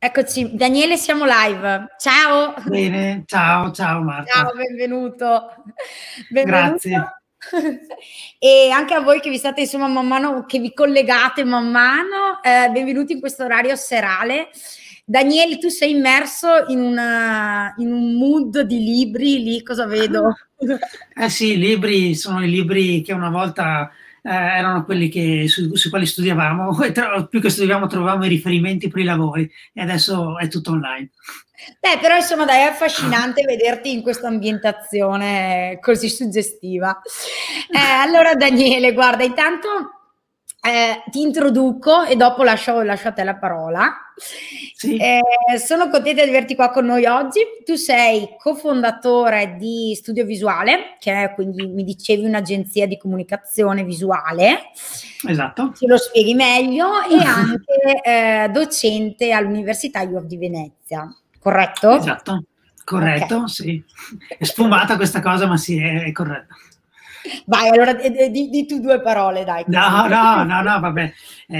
Eccoci, Daniele, siamo live. Ciao. Bene, ciao, ciao Ciao, Marta. benvenuto. Benvenuto. Grazie. E anche a voi che vi state, insomma, man mano che vi collegate man mano, benvenuti in questo orario serale. Daniele, tu sei immerso in un mood di libri, lì cosa vedo? Eh sì, i libri sono i libri che una volta erano quelli sui quali studiavamo, e più che studiavamo trovavamo i riferimenti per i lavori e adesso è tutto online. Beh, però insomma dai, è affascinante vederti in questa ambientazione così suggestiva. Allora Daniele, guarda, intanto ti introduco e dopo lascio a te la parola. Sì, Sono contenta di averti qua con noi oggi. Tu sei cofondatore di Studio Visuale, che è quindi, mi dicevi, un'agenzia di comunicazione visuale. esatto. Ce lo spieghi meglio, e anche docente all'Università IUF di Venezia, corretto? Esatto, Ok. corretto, sì. È sfumata questa cosa, ma sì, è corretto. Vai, allora di tu due parole, dai, così. No, no, no, no, vabbè.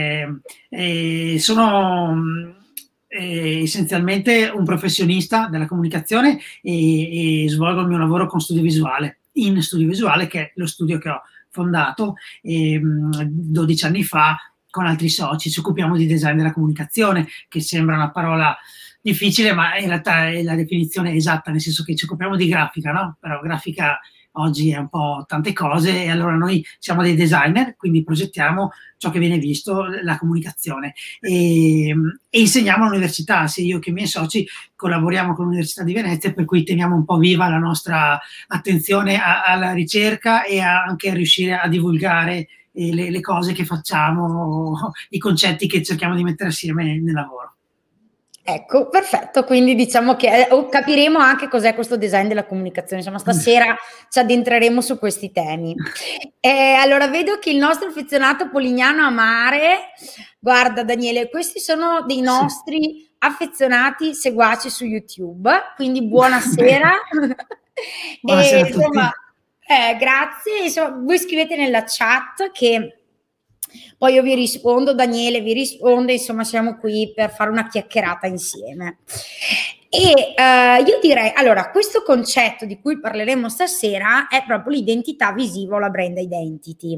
Sono essenzialmente un professionista della comunicazione e svolgo il mio lavoro con Studio Visuale, in Studio Visuale, che è lo studio che ho fondato 12 anni fa con altri soci. Ci occupiamo di design della comunicazione, che sembra una parola difficile, ma in realtà è la definizione esatta, nel senso che ci occupiamo di grafica, no? Però grafica oggi è un po' tante cose, e allora noi siamo dei designer, quindi progettiamo ciò che viene visto, la comunicazione, e insegniamo all'università. Sia io che i miei soci collaboriamo con l'Università di Venezia, per cui teniamo un po' viva la nostra attenzione alla ricerca e anche a riuscire a divulgare le cose che facciamo, i concetti che cerchiamo di mettere assieme nel lavoro. Ecco, perfetto, quindi diciamo che capiremo anche cos'è questo design della comunicazione, insomma stasera ci addentreremo su questi temi. Allora vedo che il nostro affezionato Polignano Amare, guarda Daniele, questi sono dei Sì. nostri affezionati seguaci su YouTube, quindi buonasera. E Buonasera a insomma, tutti. grazie, insomma, voi scrivete nella chat che poi io vi rispondo, Daniele vi risponde, insomma siamo qui per fare una chiacchierata insieme. E io direi, allora, questo concetto di cui parleremo stasera è proprio l'identità visiva o la brand identity.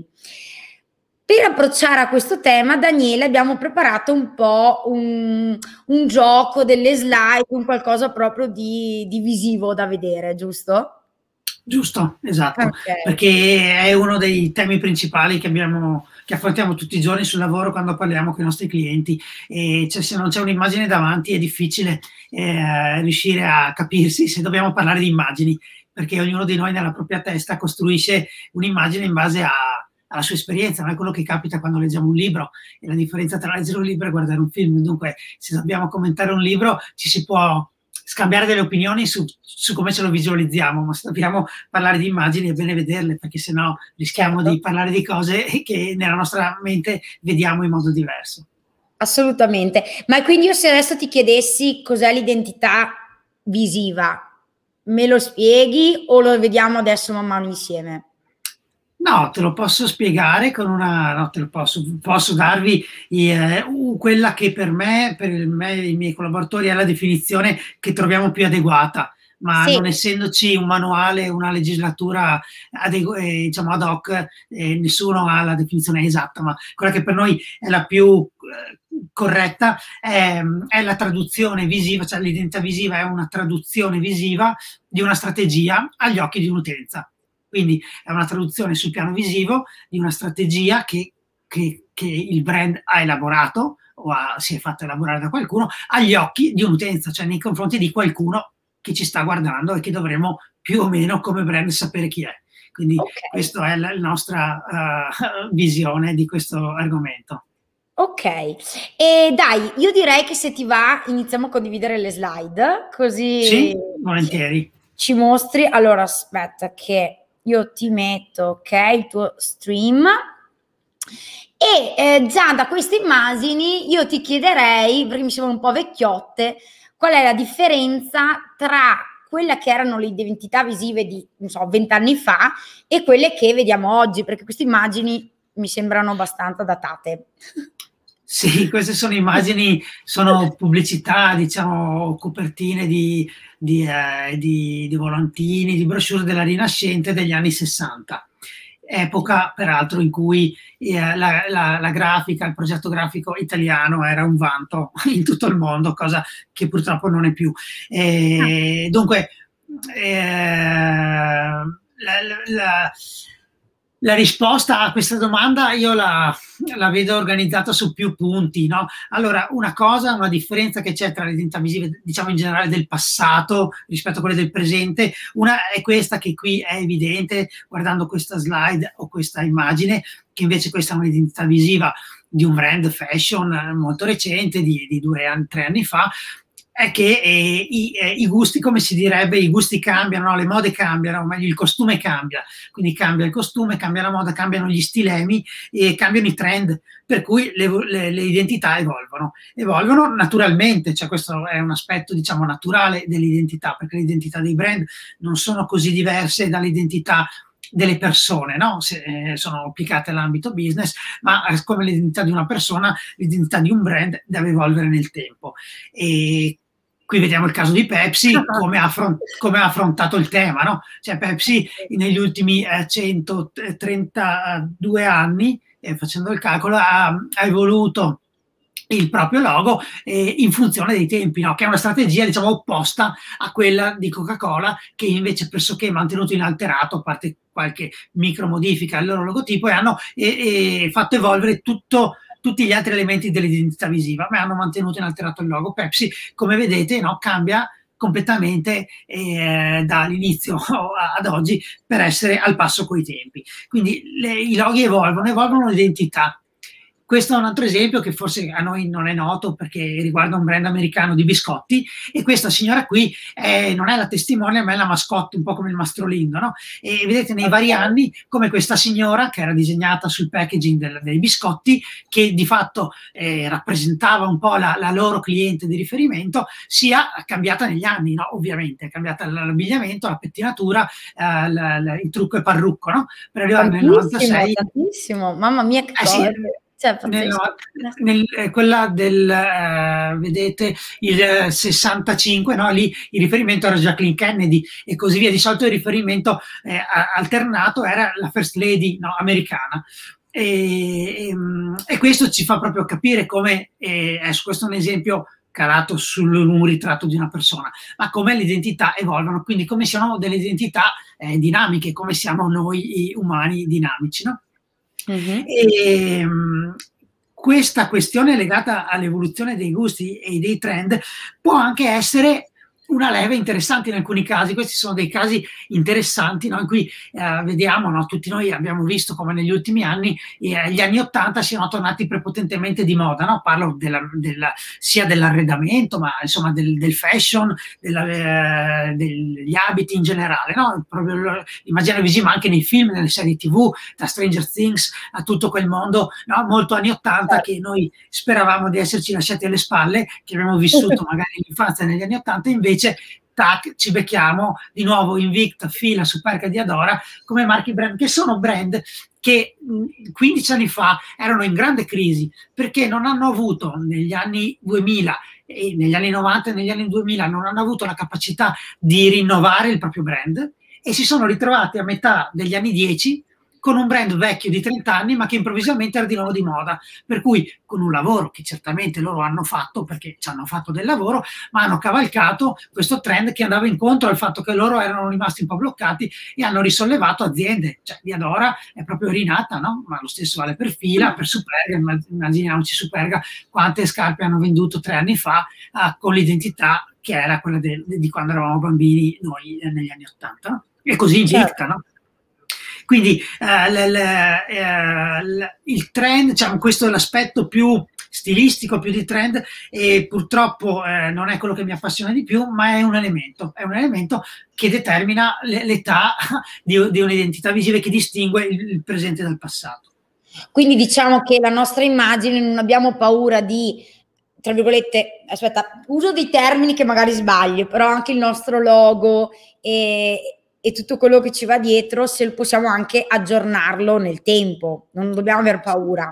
Per approcciare a questo tema, Daniele, abbiamo preparato un po' un gioco, delle slide, un qualcosa proprio di visivo da vedere, giusto? Giusto, esatto, Ok. perché è uno dei temi principali che affrontiamo tutti i giorni sul lavoro quando parliamo con i nostri clienti, e cioè, se non c'è un'immagine davanti è difficile riuscire a capirsi se dobbiamo parlare di immagini, perché ognuno di noi nella propria testa costruisce un'immagine in base alla sua esperienza, non è quello che capita quando leggiamo un libro, e la differenza tra leggere un libro e guardare un film. Dunque, se dobbiamo commentare un libro ci si può scambiare delle opinioni su come ce lo visualizziamo, ma se dobbiamo parlare di immagini è bene vederle, perché sennò rischiamo Certo. di parlare di cose che nella nostra mente vediamo in modo diverso. Assolutamente. Ma quindi io, se adesso ti chiedessi cos'è l'identità visiva, me lo spieghi o lo vediamo adesso man mano insieme? No, te lo posso spiegare con una, no, posso darvi quella che per me e i miei collaboratori è la definizione che troviamo più adeguata, ma Sì, non essendoci un manuale, una legislatura diciamo ad hoc, nessuno ha la definizione esatta, ma quella che per noi è la più corretta è la traduzione visiva, cioè l'identità visiva è una traduzione visiva di una strategia agli occhi di un'utenza. Quindi è una traduzione sul piano visivo di una strategia che il brand ha elaborato o si è fatto elaborare da qualcuno agli occhi di un'utenza, cioè nei confronti di qualcuno che ci sta guardando e che dovremmo più o meno come brand sapere chi è. Quindi ok. questa è la nostra visione di questo argomento. Ok, e dai, io direi che se ti va iniziamo a condividere le slide, così Sì, volentieri. ci mostri. Allora, aspetta che io ti metto, ok, il tuo stream. E già da queste immagini io ti chiederei, perché mi sembrano un po' vecchiotte, qual è la differenza tra quelle che erano le identità visive di, non so, 20 anni fa e quelle che vediamo oggi, perché queste immagini mi sembrano abbastanza datate. Sì, queste sono immagini, sono pubblicità, diciamo, copertine di volantini, di brochure della Rinascente degli anni 60, epoca peraltro in cui la grafica, il progetto grafico italiano era un vanto in tutto il mondo, cosa che purtroppo non è più. Dunque, la risposta a questa domanda io la vedo organizzata su più punti, no? Allora, una differenza che c'è tra le identità visive, diciamo in generale del passato rispetto a quelle del presente, una è questa che qui è evidente guardando questa slide o questa immagine, che invece questa è un'identità visiva di un brand fashion molto recente, di 3 anni fa, è che i gusti, come si direbbe, i gusti cambiano, no? Le mode cambiano, o meglio il costume cambia, quindi cambia il costume, cambia la moda, cambiano gli stilemi e cambiano i trend, per cui le identità evolvono naturalmente, cioè questo è un aspetto diciamo naturale dell'identità, perché le identità dei brand non sono così diverse dall'identità delle persone, no? Sono applicate all'ambito business, ma come l'identità di una persona, l'identità di un brand deve evolvere nel tempo. E qui vediamo il caso di Pepsi, come ha affrontato il tema, no? Cioè Pepsi negli ultimi 132 anni, facendo il calcolo, ha evoluto il proprio logo in funzione dei tempi, no? Che è una strategia diciamo opposta a quella di Coca-Cola, che invece pressoché mantenuto inalterato, a parte qualche micro modifica al loro logotipo, e hanno fatto evolvere tutti gli altri elementi dell'identità visiva, ma hanno mantenuto inalterato il logo. Pepsi, come vedete, no, cambia completamente dall'inizio ad oggi per essere al passo coi tempi. Quindi i loghi evolvono l'identità. Questo è un altro esempio che forse a noi non è noto perché riguarda un brand americano di biscotti, e questa signora qui non è la testimone ma è la mascotte, un po' come il Mastrolindo, no? E vedete nei vari anni come questa signora, che era disegnata sul packaging dei biscotti, che di fatto rappresentava un po' la loro cliente di riferimento, sia cambiata negli anni, no? Ovviamente è cambiata l'abbigliamento, la pettinatura, il trucco e parrucco, no? Per arrivare nel 96. Tantissimo, mamma mia che Sì, cose. Cioè, quella del vedete il 65, no? Lì il riferimento era Jacqueline Kennedy e così via. Di solito il riferimento alternato era la First Lady, no, americana. E questo ci fa proprio capire come, questo è un esempio calato su un ritratto di una persona, ma come le identità evolvono, quindi come siano delle identità dinamiche, come siamo noi umani dinamici, no? E, questa questione legata all'evoluzione dei gusti e dei trend può anche essere una leva interessante in alcuni casi. Questi sono dei casi interessanti, no? In cui vediamo, no? Tutti noi abbiamo visto come negli ultimi anni gli anni 80 siano tornati prepotentemente di moda, no? Parlo sia dell'arredamento ma insomma del fashion, degli abiti in generale, no? Proprio l'immagine visiva anche nei film, nelle serie TV, da Stranger Things a tutto quel mondo, no? Molto anni 80 che noi speravamo di esserci lasciati alle spalle, che abbiamo vissuto magari l'infanzia negli anni 80, invece tac, ci becchiamo di nuovo Invicta, Fila, Superga, Diadora come marchi brand, che sono brand che 15 anni fa erano in grande crisi perché non hanno avuto negli anni 2000 e negli anni 90 e negli anni 2000 non hanno avuto la capacità di rinnovare il proprio brand e si sono ritrovati a metà degli anni 10 con un brand vecchio di 30 anni ma che improvvisamente era di nuovo di moda, per cui con un lavoro che certamente loro hanno fatto perché ci hanno fatto del lavoro, ma hanno cavalcato questo trend che andava incontro al fatto che loro erano rimasti un po' bloccati e hanno risollevato aziende, cioè Diadora è proprio rinata, no? Ma lo stesso vale per Fila, per Superga, immaginiamoci Superga quante scarpe hanno venduto 3 anni fa con l'identità che era quella di quando eravamo bambini noi negli anni 80, no? E così Invicta, no? Quindi il trend, diciamo, questo è l'aspetto più stilistico, più di trend, e purtroppo non è quello che mi appassiona di più, ma è un elemento che determina l'età di un'identità visiva che distingue il presente dal passato. Quindi diciamo che la nostra immagine, non abbiamo paura di, tra virgolette, aspetta, uso dei termini che magari sbaglio, però anche il nostro logo e tutto quello che ci va dietro, se possiamo anche aggiornarlo nel tempo, non dobbiamo aver paura.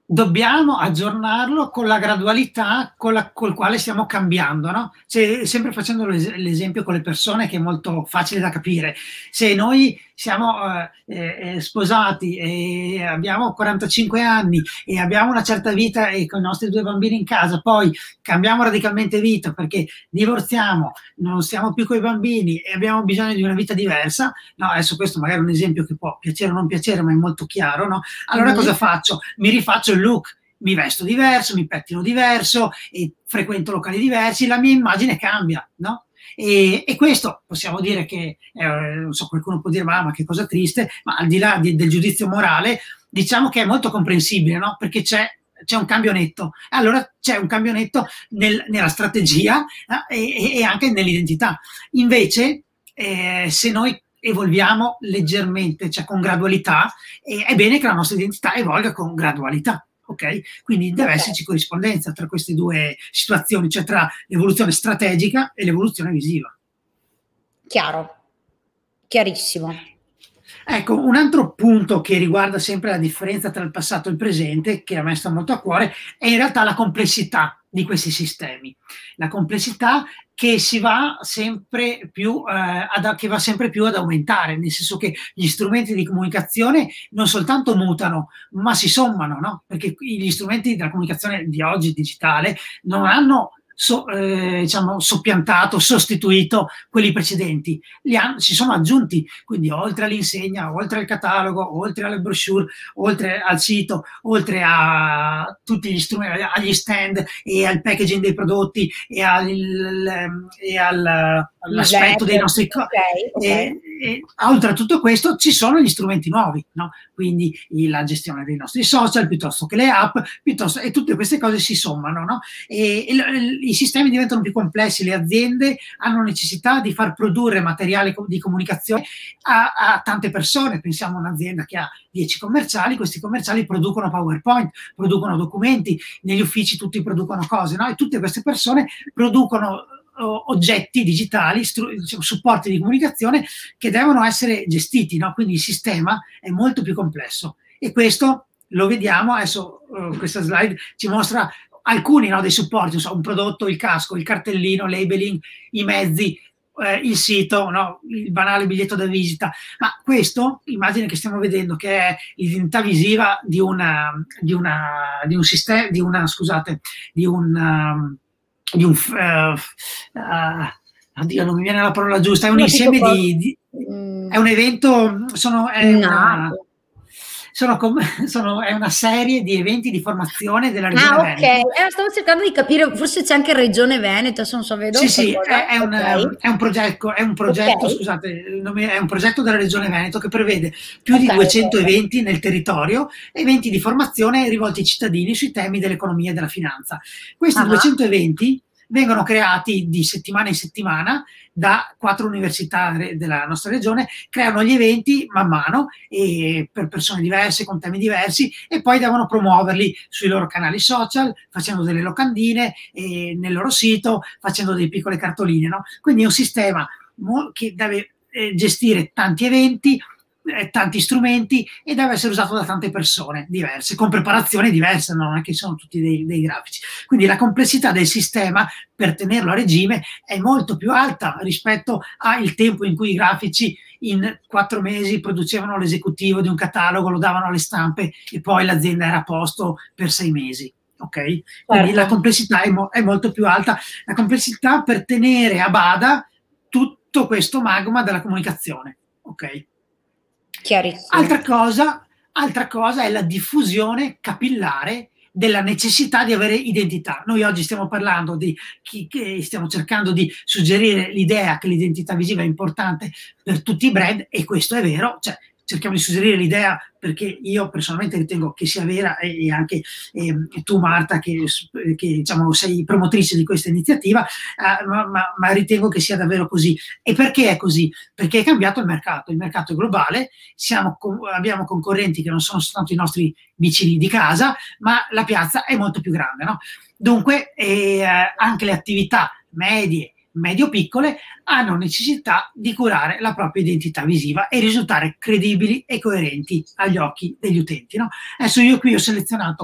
dobbiamo aggiornarlo con la gradualità col quale stiamo cambiando, no? Sempre facendo l'esempio con le persone, che è molto facile da capire. Se noi siamo sposati e abbiamo 45 anni e abbiamo una certa vita e con i nostri 2 bambini in casa, poi cambiamo radicalmente vita perché divorziamo, non stiamo più con i bambini e abbiamo bisogno di una vita diversa, no? Adesso questo magari è un esempio che può piacere o non piacere, ma è molto chiaro, no? Allora cosa faccio? Mi rifaccio il look, mi vesto diverso, mi pettino diverso e frequento locali diversi, la mia immagine cambia, no? E questo possiamo dire che, non so, qualcuno può dire ma che cosa triste, ma al di là del giudizio morale, diciamo che è molto comprensibile, no? Perché c'è un cambio netto. Allora c'è un cambio netto nella strategia e anche nell'identità. Invece, se noi evolviamo leggermente, cioè con gradualità, è bene che la nostra identità evolga con gradualità. Okay? Quindi deve esserci corrispondenza tra queste due situazioni, cioè tra l'evoluzione strategica e l'evoluzione visiva. Chiaro, chiarissimo. Ecco, un altro punto che riguarda sempre la differenza tra il passato e il presente, che a me sta molto a cuore, è in realtà la complessità di questi sistemi. La complessità che si va sempre più, che va sempre più ad aumentare, nel senso che gli strumenti di comunicazione non soltanto mutano, ma si sommano, no? Perché gli strumenti della comunicazione di oggi, digitale, non hanno diciamo, soppiantato, sostituito quelli precedenti, si sono aggiunti, quindi oltre all'insegna, oltre al catalogo, oltre alle brochure, oltre al sito, oltre a tutti gli strumenti, agli stand e al packaging dei prodotti e all'aspetto dei nostri e oltre a tutto questo ci sono gli strumenti nuovi, no? Quindi la gestione dei nostri social piuttosto che le app, e tutte queste cose si sommano, no? E i sistemi diventano più complessi, le aziende hanno necessità di far produrre materiale di comunicazione a tante persone. Pensiamo a un'azienda che ha 10 commerciali, questi commerciali producono PowerPoint, producono documenti, negli uffici tutti producono cose, no? E tutte queste persone producono oggetti digitali, diciamo, supporti di comunicazione che devono essere gestiti, no? Quindi il sistema è molto più complesso e questo lo vediamo adesso. Questa slide ci mostra alcuni, no, dei supporti, non so, un prodotto, il casco, il cartellino, labeling, i mezzi, il sito, no, il banale biglietto da visita, ma questo, immagine che stiamo vedendo, che è l'identità visiva di un sistema, oddio, non mi viene la parola giusta, è un insieme è un evento, è una serie di eventi di formazione della Regione Veneto. Ok, stavo cercando di capire, forse c'è anche Regione Veneto, adesso non so, vedo. Sì, è un progetto, scusate, è un progetto della Regione Veneto che prevede più di 200 eventi nel territorio, eventi di formazione rivolti ai cittadini sui temi dell'economia e della finanza. Questi 200 eventi vengono creati di settimana in settimana da 4 università della nostra regione, creano gli eventi man mano e per persone diverse, con temi diversi, e poi devono promuoverli sui loro canali social, facendo delle locandine nel loro sito, facendo delle piccole cartoline, no? Quindi è un sistema che deve gestire tanti eventi, tanti strumenti e deve essere usato da tante persone diverse, con preparazioni diverse, non è che sono tutti dei grafici. Quindi la complessità del sistema per tenerlo a regime è molto più alta rispetto al tempo in cui i grafici in 4 mesi producevano l'esecutivo di un catalogo, lo davano alle stampe e poi l'azienda era a posto per 6 mesi. Ok? Quindi la complessità è molto più alta, la complessità per tenere a bada tutto questo magma della comunicazione. Ok? Altra cosa è la diffusione capillare della necessità di avere identità. Noi oggi stiamo parlando stiamo cercando di suggerire l'idea che l'identità visiva è importante per tutti i brand, e questo è vero, cioè cerchiamo di suggerire l'idea perché io personalmente ritengo che sia vera, e anche tu Marta che diciamo sei promotrice di questa iniziativa, ma ritengo che sia davvero così. E perché è così? Perché è cambiato il mercato è globale, abbiamo concorrenti che non sono soltanto i nostri vicini di casa, ma la piazza è molto più grande, no? Dunque anche le attività medio-piccole hanno necessità di curare la propria identità visiva e risultare credibili e coerenti agli occhi degli utenti, no? Adesso io qui ho selezionato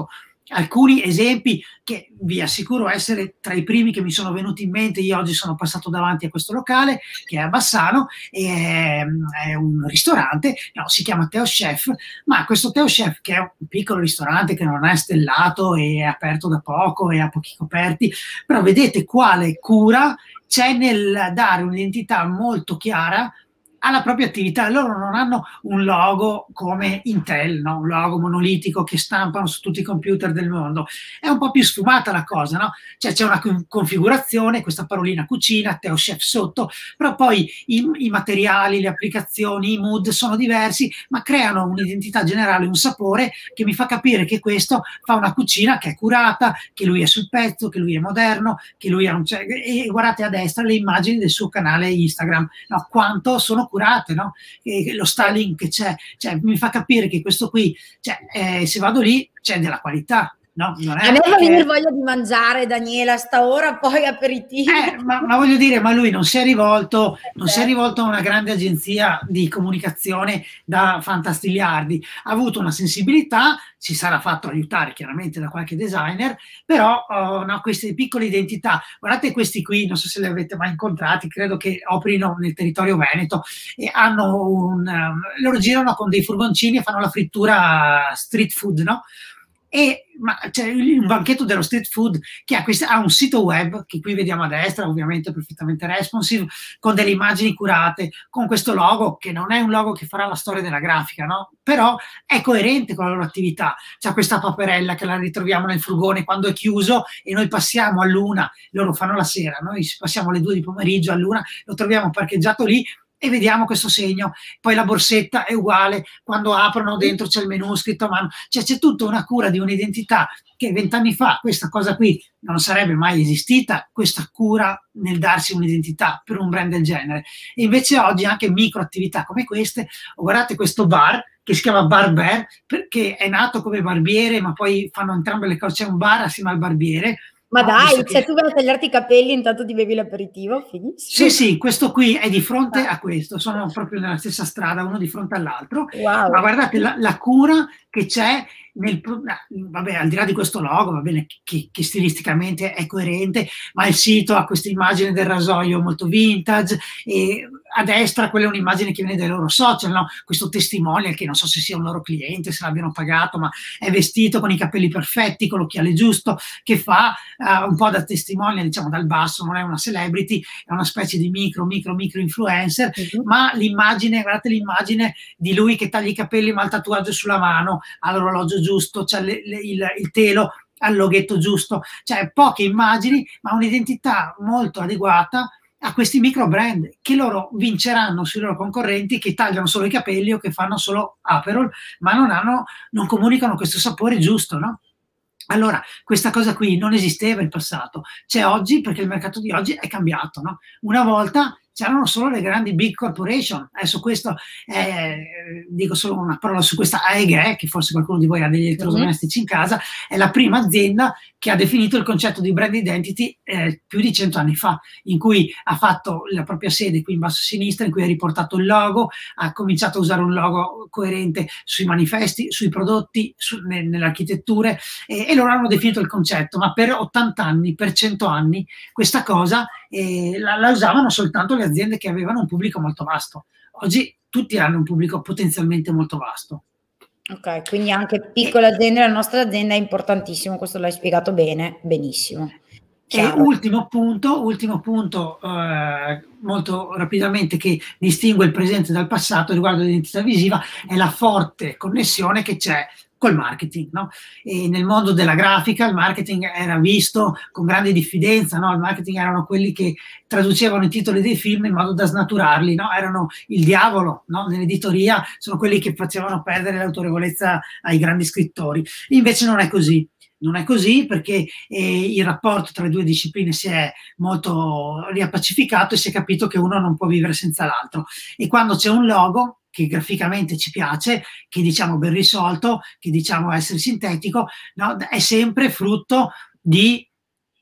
alcuni esempi che vi assicuro essere tra i primi che mi sono venuti in mente. Io oggi sono passato davanti a questo locale che è a Bassano e è un ristorante, no, si chiama Teo Chef, ma questo Teo Chef, che è un piccolo ristorante che non è stellato e è aperto da poco e ha pochi coperti, però vedete quale cura c'è nel dare un'identità molto chiara alla propria attività. Loro non hanno un logo come Intel, no? Un logo monolitico che stampano su tutti i computer del mondo. È un po' più sfumata la cosa, no? Cioè c'è una configurazione, questa parolina cucina, Teo Chef sotto, però poi i materiali, le applicazioni, i mood sono diversi, ma creano un'identità generale, un sapore che mi fa capire che questo fa una cucina che è curata, che lui è sul pezzo, che lui è moderno, che lui è un... E guardate a destra le immagini del suo canale Instagram, no? Quanto sono curate, no? Lo styling che c'è, cioè, mi fa capire che questo qui, cioè, se vado lì c'è della qualità. No, non è a me fa che... venire voglia di mangiare, Daniela, sta ora, poi aperitivo. Ma voglio dire, ma lui non si è rivolto a una grande agenzia di comunicazione da fantastiliardi, ha avuto una sensibilità, si sarà fatto aiutare chiaramente da qualche designer, però no, queste piccole identità, guardate questi qui, non so se li avete mai incontrati, credo che operino nel territorio veneto e hanno loro girano con dei furgoncini e fanno la frittura street food, no? Ma c'è un banchetto dello street food che ha un sito web che qui vediamo a destra, ovviamente perfettamente responsive, con delle immagini curate, con questo logo che non è un logo che farà la storia della grafica, no? Però è coerente con la loro attività. C'è questa paperella che la ritroviamo nel furgone quando è chiuso e noi passiamo all'una, loro fanno la sera, noi passiamo alle 2 di pomeriggio all'una, lo troviamo parcheggiato lì e vediamo questo segno. Poi la borsetta è uguale, quando aprono dentro c'è il menu scritto a mano, cioè c'è tutta una cura di un'identità che 20 anni fa questa cosa qui non sarebbe mai esistita, questa cura nel darsi un'identità per un brand del genere. E invece oggi anche micro attività come queste, guardate questo bar che si chiama Bar Bear, perché è nato come barbiere, ma poi fanno entrambe le cose, c'è un bar assieme al barbiere. Ma no, dai, cioè tu vai a tagliarti i capelli intanto ti bevi l'aperitivo, finissimo. Sì, sì, questo qui è di fronte a questo, sono proprio nella stessa strada, uno di fronte all'altro, wow. Ma guardate la cura che c'è nel... Vabbè, al di là di questo logo, va bene, che stilisticamente è coerente, ma il sito ha questa immagine del rasoio molto vintage, e a destra quella è un'immagine che viene dai loro social, no? Questo testimonial che non so se sia un loro cliente, se l'abbiano pagato, ma è vestito con i capelli perfetti, con l'occhiale giusto, che fa un po' da testimonial, diciamo dal basso, non è una celebrity, è una specie di micro influencer, ma l'immagine, guardate l'immagine di lui che taglia i capelli ma ha il tatuaggio sulla mano, ha l'orologio giusto, c'ha il telo al loghetto giusto, cioè poche immagini ma un'identità molto adeguata a questi micro brand che loro vinceranno sui loro concorrenti che tagliano solo i capelli o che fanno solo Aperol, ma non comunicano questo sapore giusto, no? Allora, questa cosa qui non esisteva in passato, c'è oggi perché il mercato di oggi è cambiato, no? Una volta c'erano solo le grandi big corporation, adesso questo dico solo una parola su questa AEG, che forse qualcuno di voi ha degli elettrodomestici in casa, è la prima azienda che ha definito il concetto di brand identity più di 100 anni fa, in cui ha fatto la propria sede qui in basso a sinistra, in cui ha riportato il logo, ha cominciato a usare un logo coerente sui manifesti, sui prodotti, nelle architetture, e loro hanno definito il concetto, ma per 80 anni, per 100 anni, questa cosa la usavano soltanto le aziende che avevano un pubblico molto vasto. Oggi tutti hanno un pubblico potenzialmente molto vasto. Ok, quindi anche piccola azienda, la nostra azienda è importantissimo, questo l'hai spiegato bene, benissimo. Chiaro. E ultimo punto molto rapidamente, che distingue il presente dal passato riguardo l'identità visiva, è la forte connessione che c'è col marketing, no? E nel mondo della grafica il marketing era visto con grande diffidenza, no? Il marketing erano quelli che traducevano i titoli dei film in modo da snaturarli, no? Erano il diavolo, no? Nell'editoria sono quelli che facevano perdere l'autorevolezza ai grandi scrittori. Invece non è così. Non è così perché il rapporto tra le due discipline si è molto riappacificato e si è capito che uno non può vivere senza l'altro. E quando c'è un logo che graficamente ci piace, che diciamo ben risolto, che diciamo essere sintetico, no? È sempre frutto di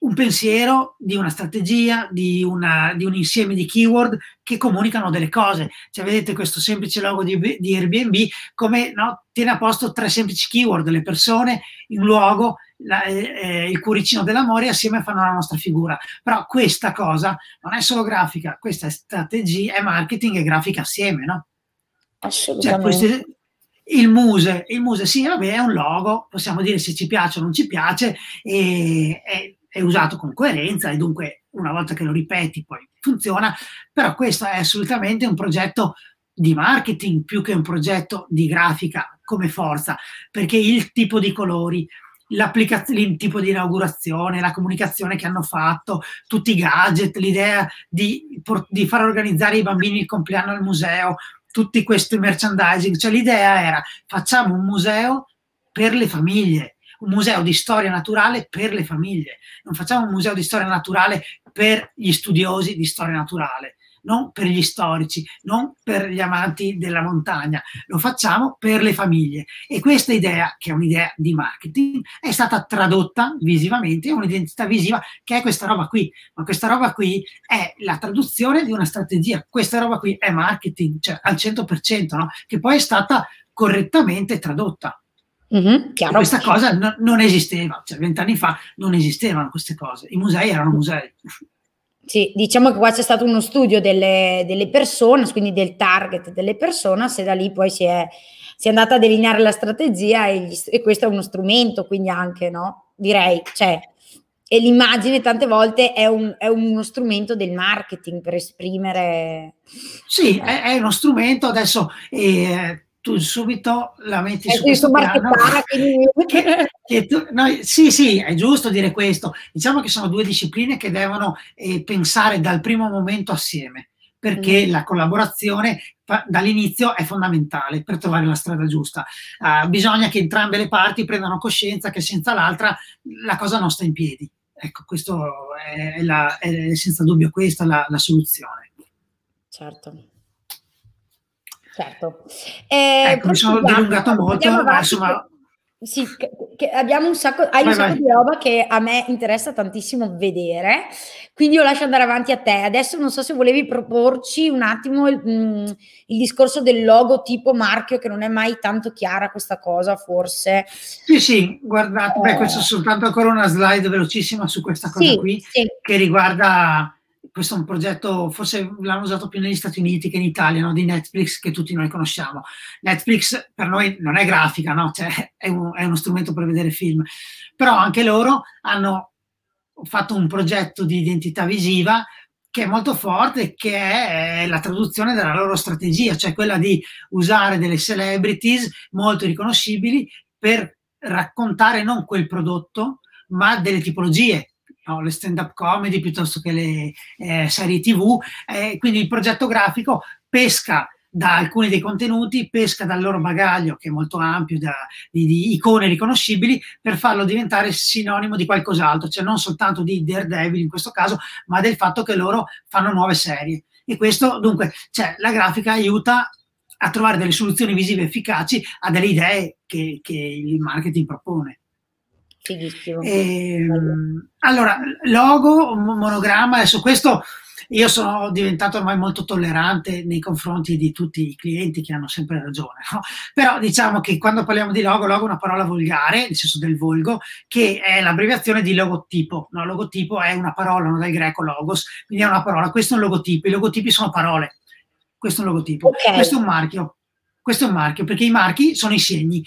un pensiero, di una strategia, di un insieme di keyword che comunicano delle cose. Cioè, vedete questo semplice logo di Airbnb, come, no, tiene a posto 3 semplici keyword: le persone, il luogo, il cuoricino dell'amore, assieme fanno la nostra figura. Però questa cosa non è solo grafica, questa è strategia, è marketing e grafica assieme, no? Assolutamente. Cioè, il muse sì, vabbè, è un logo, possiamo dire se ci piace o non ci piace, e è usato con coerenza e dunque una volta che lo ripeti poi funziona, però questo è assolutamente un progetto di marketing più che un progetto di grafica come forza, perché il tipo di colori, il tipo di inaugurazione, la comunicazione che hanno fatto, tutti i gadget, l'idea di far organizzare i bambini il compleanno al museo, tutti questi merchandising, cioè l'idea era: facciamo un museo per le famiglie, un museo di storia naturale per le famiglie, non facciamo un museo di storia naturale per gli studiosi di storia naturale, non per gli storici, non per gli amanti della montagna, lo facciamo per le famiglie. E questa idea, che è un'idea di marketing, è stata tradotta visivamente in un'identità visiva che è questa roba qui. Ma questa roba qui è la traduzione di una strategia, questa roba qui è marketing, cioè al 100%, no? Che poi è stata correttamente tradotta. Chiaro. Questa cosa non esisteva, cioè 20 anni fa non esistevano queste cose, i musei erano musei. Sì, diciamo che qua c'è stato uno studio delle persone, quindi del target delle persone, se da lì poi si è andata a delineare la strategia e questo è uno strumento, quindi anche, no? Direi, cioè, e l'immagine tante volte è uno strumento del marketing per esprimere. Sì, è uno strumento, adesso tu subito la metti su questo piano. Sì, è giusto dire questo. Diciamo che sono 2 discipline che devono pensare dal primo momento assieme, perché la collaborazione dall'inizio è fondamentale per trovare la strada giusta. Bisogna che entrambe le parti prendano coscienza che senza l'altra la cosa non sta in piedi. Ecco, questo è senza dubbio questa la soluzione. Certo. Certo. Ecco, mi sono dilungato molto, ma insomma. Sì, che abbiamo un sacco di roba che a me interessa tantissimo vedere, quindi io lascio andare avanti a te. Adesso non so se volevi proporci un attimo il discorso del logotipo marchio, che non è mai tanto chiara questa cosa, forse. Sì, guardate, questo è soltanto ancora una slide velocissima su questa cosa qui, che riguarda. Questo è un progetto, forse l'hanno usato più negli Stati Uniti che in Italia, no? Di Netflix, che tutti noi conosciamo. Netflix per noi non è grafica, no? Cioè, è uno strumento per vedere film, però anche loro hanno fatto un progetto di identità visiva che è molto forte, che è la traduzione della loro strategia, cioè quella di usare delle celebrities molto riconoscibili per raccontare non quel prodotto, ma delle tipologie. No, le stand-up comedy piuttosto che le serie TV, quindi il progetto grafico pesca da alcuni dei contenuti, pesca dal loro bagaglio, che è molto ampio, di icone riconoscibili, per farlo diventare sinonimo di qualcos'altro, cioè non soltanto di Daredevil in questo caso, ma del fatto che loro fanno nuove serie. E questo, dunque, cioè, la grafica aiuta a trovare delle soluzioni visive efficaci a delle idee che il marketing propone. Fighissimo. Allora, logo, monogramma, adesso questo io sono diventato ormai molto tollerante nei confronti di tutti i clienti che hanno sempre ragione, no? Però diciamo che quando parliamo di logo è una parola volgare, nel senso del volgo, che è l'abbreviazione di logotipo, no? Logotipo è una parola, no? Dal greco logos, quindi è una parola. Questo è un logotipo, i logotipi sono parole, questo è un logotipo. Questo è un marchio. Questo è un marchio, perché i marchi sono i segni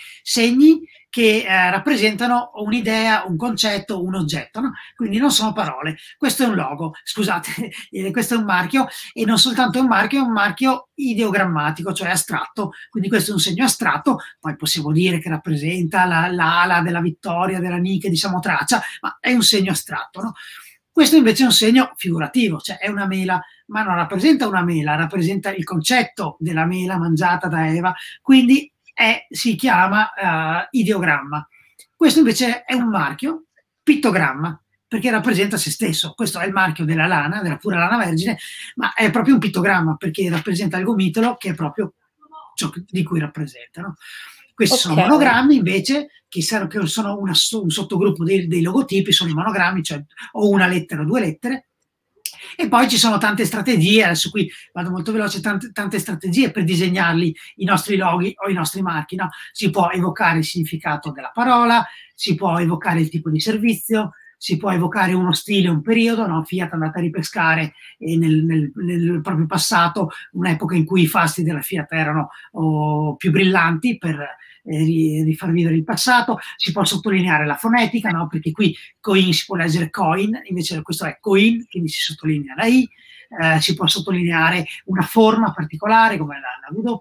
che rappresentano un'idea, un concetto, un oggetto, no? Quindi non sono parole. Questo è un logo, scusate, questo è un marchio, e non soltanto un marchio, è un marchio ideogrammatico, cioè astratto. Quindi questo è un segno astratto, poi possiamo dire che rappresenta l'ala della vittoria della Nike di Samotracia, ma è un segno astratto, no? Questo invece è un segno figurativo, cioè è una mela, ma non rappresenta una mela, rappresenta il concetto della mela mangiata da Eva, quindi si chiama ideogramma. Questo invece è un marchio, pittogramma, perché rappresenta se stesso. Questo è il marchio della lana, della pura lana vergine, ma è proprio un pittogramma, perché rappresenta il gomitolo, che è proprio ciò di cui rappresenta, no? Questi sono monogrammi invece che sono un sottogruppo dei logotipi, sono i monogrammi, cioè o una lettera o due lettere. E poi ci sono tante strategie, adesso qui vado molto veloce, tante strategie per disegnarli i nostri loghi o i nostri marchi, no? Si può evocare il significato della parola, si può evocare il tipo di servizio, si può evocare uno stile, un periodo, no? Fiat è andata a ripescare nel proprio passato un'epoca in cui i fasti della Fiat erano più brillanti per rifar vivere il passato. Si può sottolineare la fonetica, no? Perché qui coin si può leggere coin, invece questo è coin, quindi si sottolinea la I. Si può sottolineare una forma particolare come la W,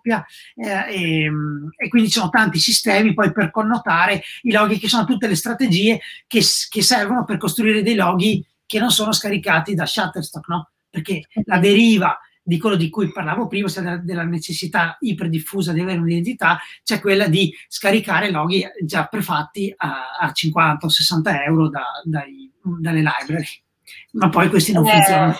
e quindi ci sono tanti sistemi poi per connotare i loghi, che sono tutte le strategie che servono per costruire dei loghi che non sono scaricati da Shutterstock, no? Perché la deriva di quello di cui parlavo prima, cioè della necessità iperdiffusa di avere un'identità, c'è quella di scaricare loghi già prefatti a 50 o 60 euro dalle library, ma poi questi non funzionano.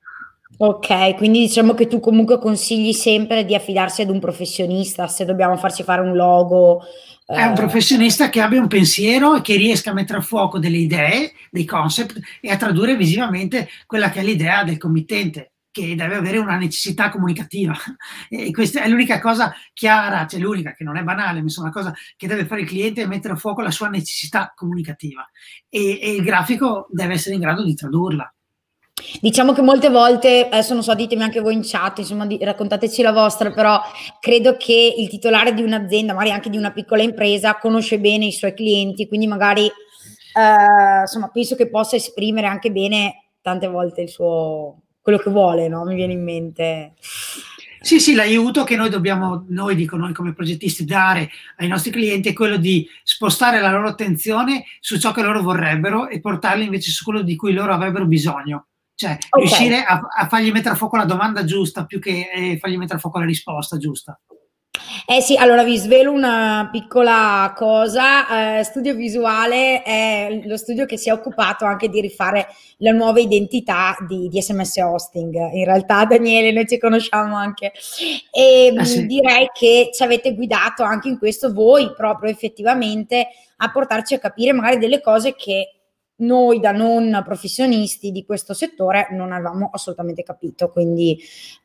Ok, quindi diciamo che tu comunque consigli sempre di affidarsi ad un professionista se dobbiamo farci fare un logo. È un professionista che abbia un pensiero e che riesca a mettere a fuoco delle idee, dei concept, e a tradurre visivamente quella che è l'idea del committente, che deve avere una necessità comunicativa. E questa è l'unica cosa chiara, cioè l'unica, che non è banale, ma insomma la cosa che deve fare il cliente è mettere a fuoco la sua necessità comunicativa, e il grafico deve essere in grado di tradurla. Diciamo che molte volte, adesso non so, ditemi anche voi in chat, insomma, raccontateci la vostra, però credo che il titolare di un'azienda, magari anche di una piccola impresa, conosce bene i suoi clienti, quindi magari, insomma, penso che possa esprimere anche bene tante volte quello che vuole, no? Mi viene in mente. Sì, sì, l'aiuto che noi dico noi come progettisti, dare ai nostri clienti è quello di spostare la loro attenzione su ciò che loro vorrebbero e portarli invece su quello di cui loro avrebbero bisogno. Cioè, riuscire a fargli mettere a fuoco la domanda giusta più che fargli mettere a fuoco la risposta giusta. Sì, allora vi svelo una piccola cosa. Studio Visuale è lo studio che si è occupato anche di rifare la nuova identità di SMS Hosting. In realtà, Daniele, noi ci conosciamo anche, e sì. Direi che ci avete guidato anche in questo voi, proprio effettivamente, a portarci a capire magari delle cose che noi da non professionisti di questo settore non avevamo assolutamente capito, quindi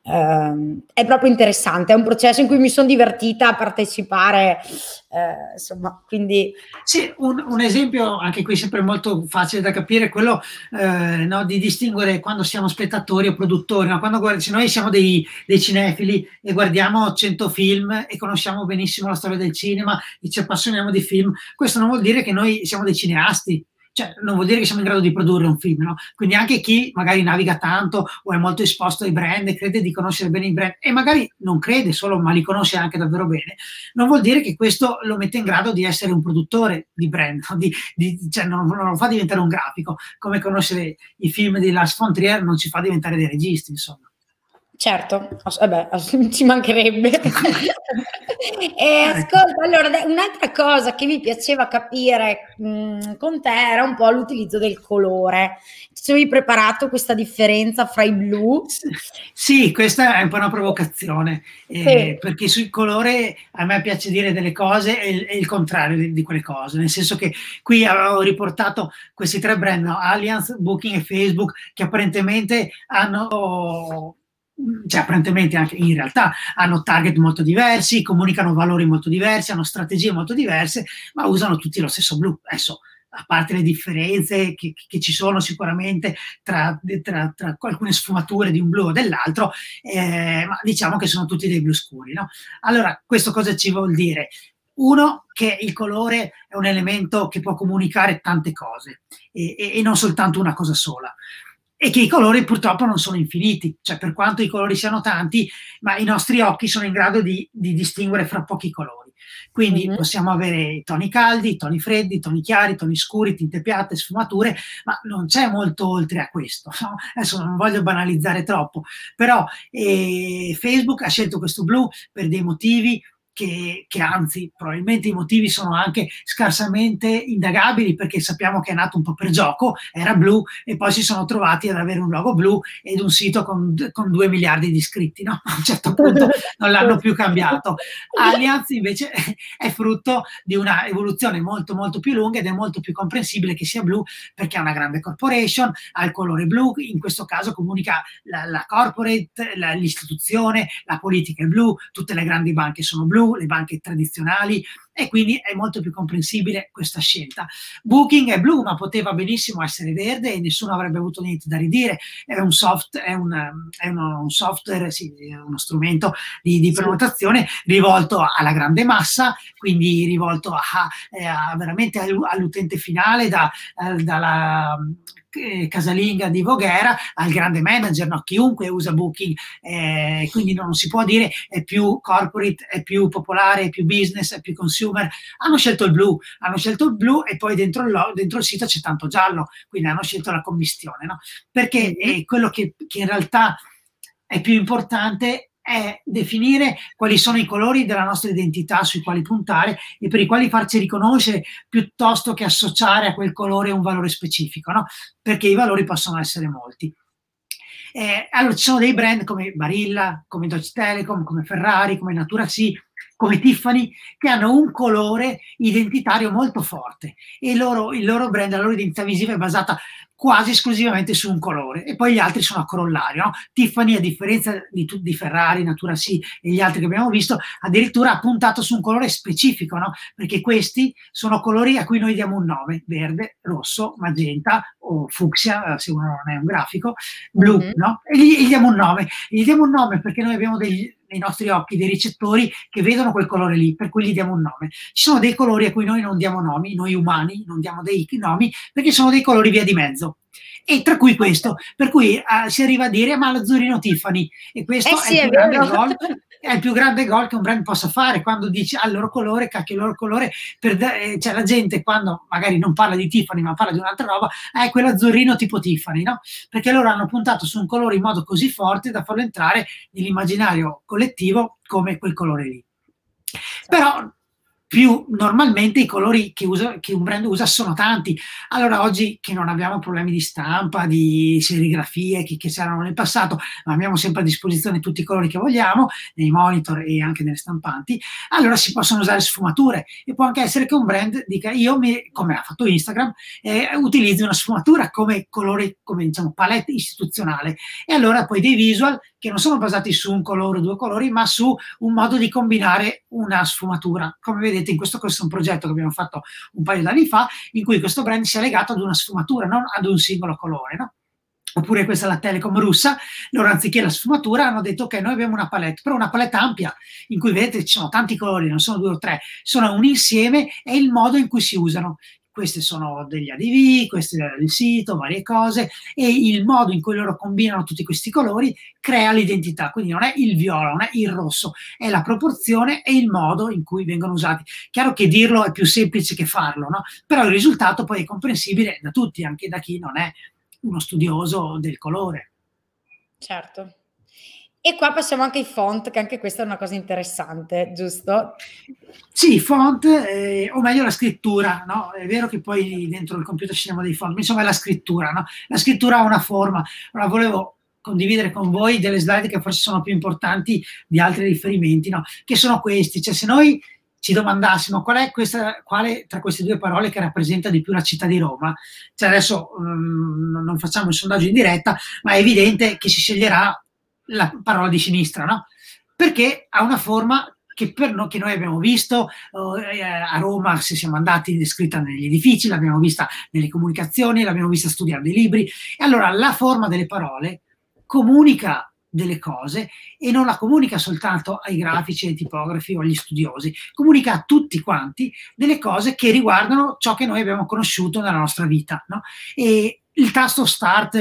è proprio interessante, è un processo in cui mi sono divertita a partecipare, insomma, quindi... Sì, un esempio anche qui sempre molto facile da capire è quello no, di distinguere quando siamo spettatori o produttori, no? Se noi siamo dei cinefili e guardiamo 100 film e conosciamo benissimo la storia del cinema e ci appassioniamo di film, questo non vuol dire che noi siamo dei cineasti. Cioè, non vuol dire che siamo in grado di produrre un film, no? Quindi anche chi magari naviga tanto o è molto esposto ai brand e crede di conoscere bene i brand, e magari non crede solo, ma li conosce anche davvero bene, non vuol dire che questo lo mette in grado di essere un produttore di brand, no? Cioè non lo fa diventare un grafico, come conoscere i film di Lars von Trier non ci fa diventare dei registi, insomma. Certo, vabbè, ci mancherebbe. Ascolta, allora, un'altra cosa che mi piaceva capire con te era un po' l'utilizzo del colore. Ci avevi preparato questa differenza fra i blu? Sì, questa è un po' una provocazione, perché sul colore a me piace dire delle cose e il contrario di quelle cose, nel senso che qui avevo riportato questi tre brand, no? Allianz, Booking e Facebook, che apparentemente hanno... cioè apparentemente anche in realtà hanno target molto diversi, comunicano valori molto diversi, hanno strategie molto diverse, ma usano tutti lo stesso blu. Adesso, a parte le differenze che ci sono sicuramente tra alcune sfumature di un blu o dell'altro, ma diciamo che sono tutti dei blu scuri, no? Allora, questo cosa ci vuol dire? Uno, che il colore è un elemento che può comunicare tante cose e non soltanto una cosa sola. E che i colori purtroppo non sono infiniti, cioè per quanto i colori siano tanti, ma i nostri occhi sono in grado di distinguere fra pochi colori. Quindi possiamo avere toni caldi, toni freddi, toni chiari, toni scuri, tinte piatte, sfumature, ma non c'è molto oltre a questo, no? Adesso non voglio banalizzare troppo, però Facebook ha scelto questo blu per dei motivi che anzi probabilmente i motivi sono anche scarsamente indagabili, perché sappiamo che è nato un po' per gioco, era blu e poi si sono trovati ad avere un logo blu ed un sito con 2 miliardi di iscritti, no? A un certo punto non l'hanno più cambiato. Allianz invece è frutto di una evoluzione molto molto più lunga ed è molto più comprensibile che sia blu, perché è una grande corporation, ha il colore blu, in questo caso comunica la corporate, l'istituzione, la politica è blu, tutte le grandi banche sono blu, le banche tradizionali, e quindi è molto più comprensibile questa scelta. Booking è blu, ma poteva benissimo essere verde e nessuno avrebbe avuto niente da ridire. È un software, sì, uno strumento di prenotazione rivolto alla grande massa, quindi rivolto veramente all'utente finale, dalla casalinga di Voghera al grande manager, no? Chiunque usa Booking, quindi non si può dire è più corporate, è più popolare, è più business, è più consumer. Hanno scelto il blu e poi dentro il sito c'è tanto giallo, quindi hanno scelto la commistione, no? Perché quello che in realtà è più importante è definire quali sono i colori della nostra identità sui quali puntare e per i quali farci riconoscere, piuttosto che associare a quel colore un valore specifico, no? Perché i valori possono essere molti. Allora ci sono dei brand come Barilla, come Deutsche Telekom, come Ferrari, come Natura C, come Tiffany, che hanno un colore identitario molto forte e il loro brand, la loro identità visiva è basata quasi esclusivamente su un colore e poi gli altri sono a corollario, no? Tiffany, a differenza di Ferrari, Natura C e gli altri che abbiamo visto, addirittura ha puntato su un colore specifico, no? Perché questi sono colori a cui noi diamo un nome: verde, rosso, magenta o fucsia, se uno non è un grafico, blu, no? E gli diamo un nome. E gli diamo un nome perché noi abbiamo nei nostri occhi dei ricettori che vedono quel colore lì, per cui gli diamo un nome. Ci sono dei colori a cui noi non diamo nomi, noi umani non diamo dei nomi, perché sono dei colori via di mezzo. E tra cui questo, per cui si arriva a dire ma l'azzurrino Tiffany, e questo sì, è il più grande gol che un brand possa fare, quando dici al loro colore, cacchio, il loro colore, cioè la gente quando magari non parla di Tiffany ma parla di un'altra roba, è quell'azzurrino tipo Tiffany, no? Perché loro hanno puntato su un colore in modo così forte da farlo entrare nell'immaginario collettivo come quel colore lì. Però più normalmente i colori che un brand usa sono tanti. Allora oggi che non abbiamo problemi di stampa, di serigrafie che c'erano nel passato, ma abbiamo sempre a disposizione tutti i colori che vogliamo, nei monitor e anche nelle stampanti, allora si possono usare sfumature e può anche essere che un brand dica come ha fatto Instagram, utilizzi una sfumatura come colore, come diciamo palette istituzionale, e allora poi dei visual che non sono basati su un colore o due colori, ma su un modo di combinare una sfumatura. Come vedete, in questo è un progetto che abbiamo fatto un paio d'anni fa, in cui questo brand si è legato ad una sfumatura, non ad un singolo colore, no? Oppure questa è la Telecom russa, loro anziché la sfumatura hanno detto ok, noi abbiamo una palette, però una palette ampia, in cui vedete ci sono tanti colori, non sono 2 o 3, sono un insieme, è il modo in cui si usano. Questi sono degli ADV, questo è il sito, varie cose, e il modo in cui loro combinano tutti questi colori crea l'identità. Quindi non è il viola, non è il rosso, è la proporzione e il modo in cui vengono usati. Chiaro che dirlo è più semplice che farlo, no? Però il risultato poi è comprensibile da tutti, anche da chi non è uno studioso del colore. Certo. E qua passiamo anche ai font, che anche questa è una cosa interessante, giusto? Sì, font, o meglio la scrittura, no? È vero che poi dentro il computer ci siamo dei font, ma insomma è la scrittura, no? La scrittura ha una forma. Allora volevo condividere con voi delle slide che forse sono più importanti di altri riferimenti, no? Che sono questi. Cioè, se noi ci domandassimo quale tra queste due parole che rappresenta di più la città di Roma, cioè adesso non facciamo il sondaggio in diretta, ma è evidente che si sceglierà la parola di sinistra, no? Perché ha una forma che noi abbiamo visto a Roma, se siamo andati, descritta negli edifici, l'abbiamo vista nelle comunicazioni, l'abbiamo vista studiando i libri. E allora la forma delle parole comunica delle cose e non la comunica soltanto ai grafici, ai tipografi o agli studiosi, comunica a tutti quanti delle cose che riguardano ciò che noi abbiamo conosciuto nella nostra vita, no? E il tasto start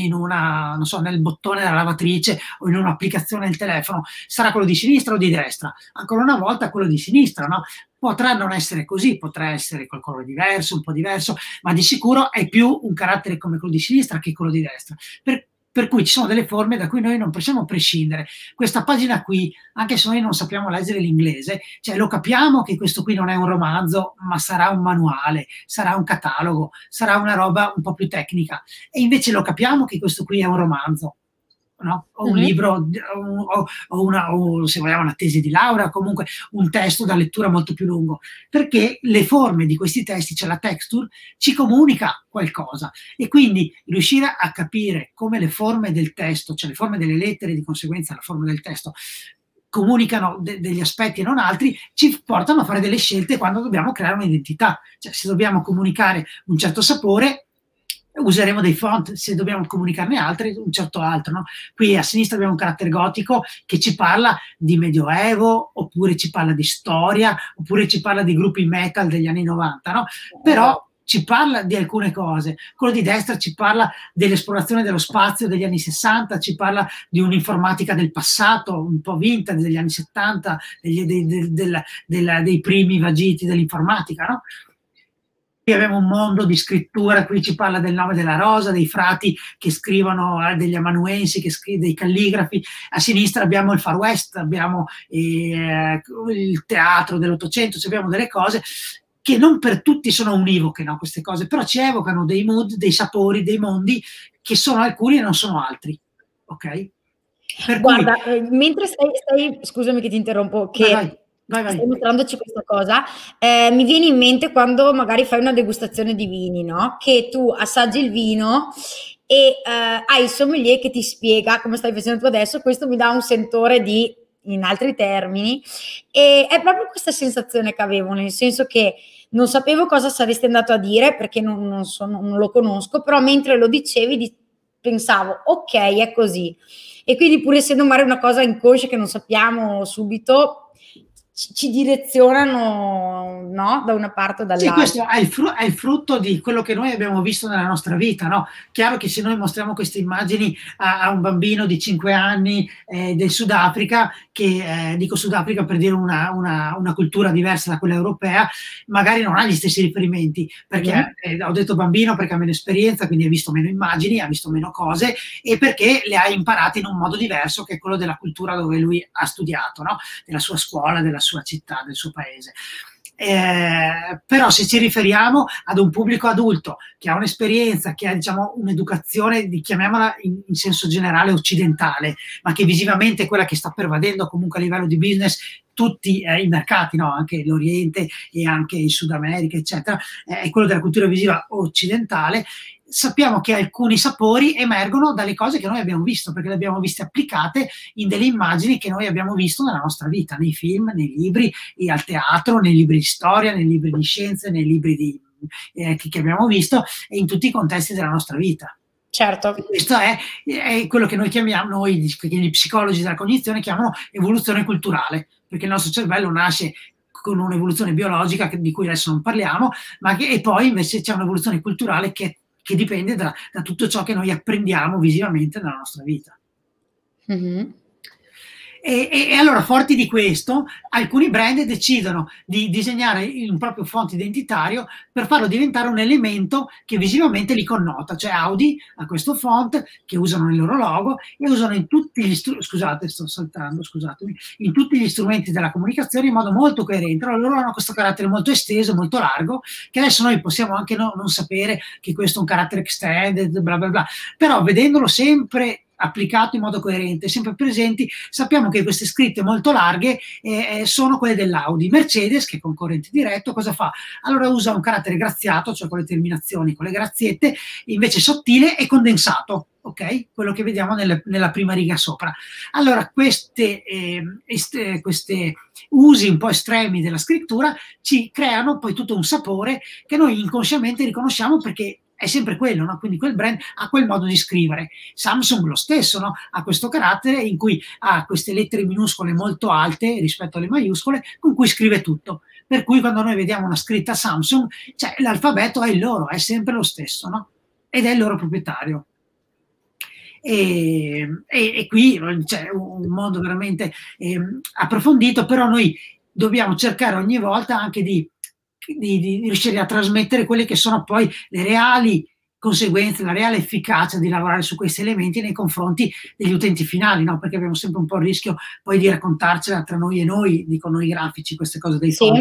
nel bottone della lavatrice o in un'applicazione del telefono sarà quello di sinistra o di destra? Ancora una volta quello di sinistra, no? Potrà non essere così, potrà essere qualcosa di diverso, un po' diverso, ma di sicuro è più un carattere come quello di sinistra che quello di destra. per cui ci sono delle forme da cui noi non possiamo prescindere. Questa pagina qui, anche se noi non sappiamo leggere l'inglese, cioè lo capiamo che questo qui non è un romanzo, ma sarà un manuale, sarà un catalogo, sarà una roba un po' più tecnica, e invece lo capiamo che questo qui è un romanzo, no? O un libro, o se vogliamo una tesi di laurea, comunque un testo da lettura molto più lungo, perché le forme di questi testi, cioè la texture, ci comunica qualcosa, e quindi riuscire a capire come le forme del testo, cioè le forme delle lettere, di conseguenza la forma del testo, comunicano degli aspetti e non altri, ci portano a fare delle scelte quando dobbiamo creare un'identità. Cioè, se dobbiamo comunicare un certo sapore, useremo dei font, se dobbiamo comunicarne altri, un certo altro, no? Qui a sinistra abbiamo un carattere gotico che ci parla di medioevo, oppure ci parla di storia, oppure ci parla di gruppi metal degli anni 90, no? Però ci parla di alcune cose. Quello di destra ci parla dell'esplorazione dello spazio degli anni 60, ci parla di un'informatica del passato, un po' vintage, degli anni 70, dei primi vagiti dell'informatica, no? Qui abbiamo un mondo di scrittura, qui ci parla del nome della rosa, dei frati che scrivono, degli amanuensi, dei calligrafi. A sinistra abbiamo il Far West, abbiamo il teatro dell'Ottocento, cioè abbiamo delle cose che non per tutti sono univoche, no, queste cose, però ci evocano dei mood, dei sapori, dei mondi che sono alcuni e non sono altri, ok? Guarda, mentre stai, scusami che ti interrompo, che vai. stai mostrandoci questa cosa, mi viene in mente quando magari fai una degustazione di vini, no? Che tu assaggi il vino e hai il sommelier che ti spiega come stai facendo tu adesso, questo mi dà un sentore di, in altri termini, e è proprio questa sensazione che avevo, nel senso che non sapevo cosa saresti andato a dire perché non lo conosco, però mentre lo dicevi pensavo, ok, è così. E quindi pur essendo magari una cosa inconscia che non sappiamo subito, ci direzionano, no? Da una parte o dall'altra. Sì, questo è il frutto di quello che noi abbiamo visto nella nostra vita, no? Chiaro che se noi mostriamo queste immagini a un bambino di 5 anni del Sudafrica, che dico Sudafrica per dire una cultura diversa da quella europea, magari non ha gli stessi riferimenti, perché ho detto bambino perché ha meno esperienza, quindi ha visto meno immagini, ha visto meno cose, e perché le ha imparate in un modo diverso che è quello della cultura dove lui ha studiato, no? Della sua scuola, della sua città, del suo paese. Però se ci riferiamo ad un pubblico adulto che ha un'esperienza, che ha, diciamo, un'educazione, chiamiamola in senso generale occidentale, ma che visivamente è quella che sta pervadendo comunque a livello di business tutti i mercati, no? Anche l'Oriente e anche il Sud America, eccetera, è quello della cultura visiva occidentale. Sappiamo che alcuni sapori emergono dalle cose che noi abbiamo visto, perché le abbiamo viste applicate in delle immagini che noi abbiamo visto nella nostra vita, nei film, nei libri, e al teatro, nei libri di storia, nei libri di scienze, nei libri che abbiamo visto, e in tutti i contesti della nostra vita. Certo. Questo è quello che noi chiamiamo, che gli psicologi della cognizione chiamano evoluzione culturale, perché il nostro cervello nasce con un'evoluzione biologica di cui adesso non parliamo, e poi invece c'è un'evoluzione culturale che dipende da tutto ciò che noi apprendiamo visivamente nella nostra vita. E allora, forti di questo, alcuni brand decidono di disegnare un proprio font identitario per farlo diventare un elemento che visivamente li connota. Cioè Audi ha questo font che usano nel loro logo e usano in tutti gli in tutti gli strumenti della comunicazione in modo molto coerente. Allora, loro hanno questo carattere molto esteso, molto largo, che adesso noi possiamo anche non sapere che questo è un carattere extended, bla bla bla, però vedendolo sempre applicato in modo coerente, sempre presenti, sappiamo che queste scritte molto larghe sono quelle dell'Audi. Mercedes, che è concorrente diretto, cosa fa? Allora usa un carattere graziato, cioè con le terminazioni, con le graziette, invece sottile e condensato, ok? Quello che vediamo nella prima riga sopra. Allora queste usi un po' estremi della scrittura ci creano poi tutto un sapore che noi inconsciamente riconosciamo, perché è sempre quello, no? Quindi quel brand ha quel modo di scrivere. Samsung lo stesso, no? Ha questo carattere in cui ha queste lettere minuscole molto alte rispetto alle maiuscole, con cui scrive tutto. Per cui quando noi vediamo una scritta Samsung, cioè, l'alfabeto è il loro, è sempre lo stesso, no? Ed è il loro proprietario. E qui c'è un mondo veramente approfondito, però noi dobbiamo cercare ogni volta anche di riuscire a trasmettere quelle che sono poi le reali conseguenze, la reale efficacia di lavorare su questi elementi nei confronti degli utenti finali, no? Perché abbiamo sempre un po' il rischio poi di raccontarcela tra noi e noi, dico noi grafici, queste cose dei Sì.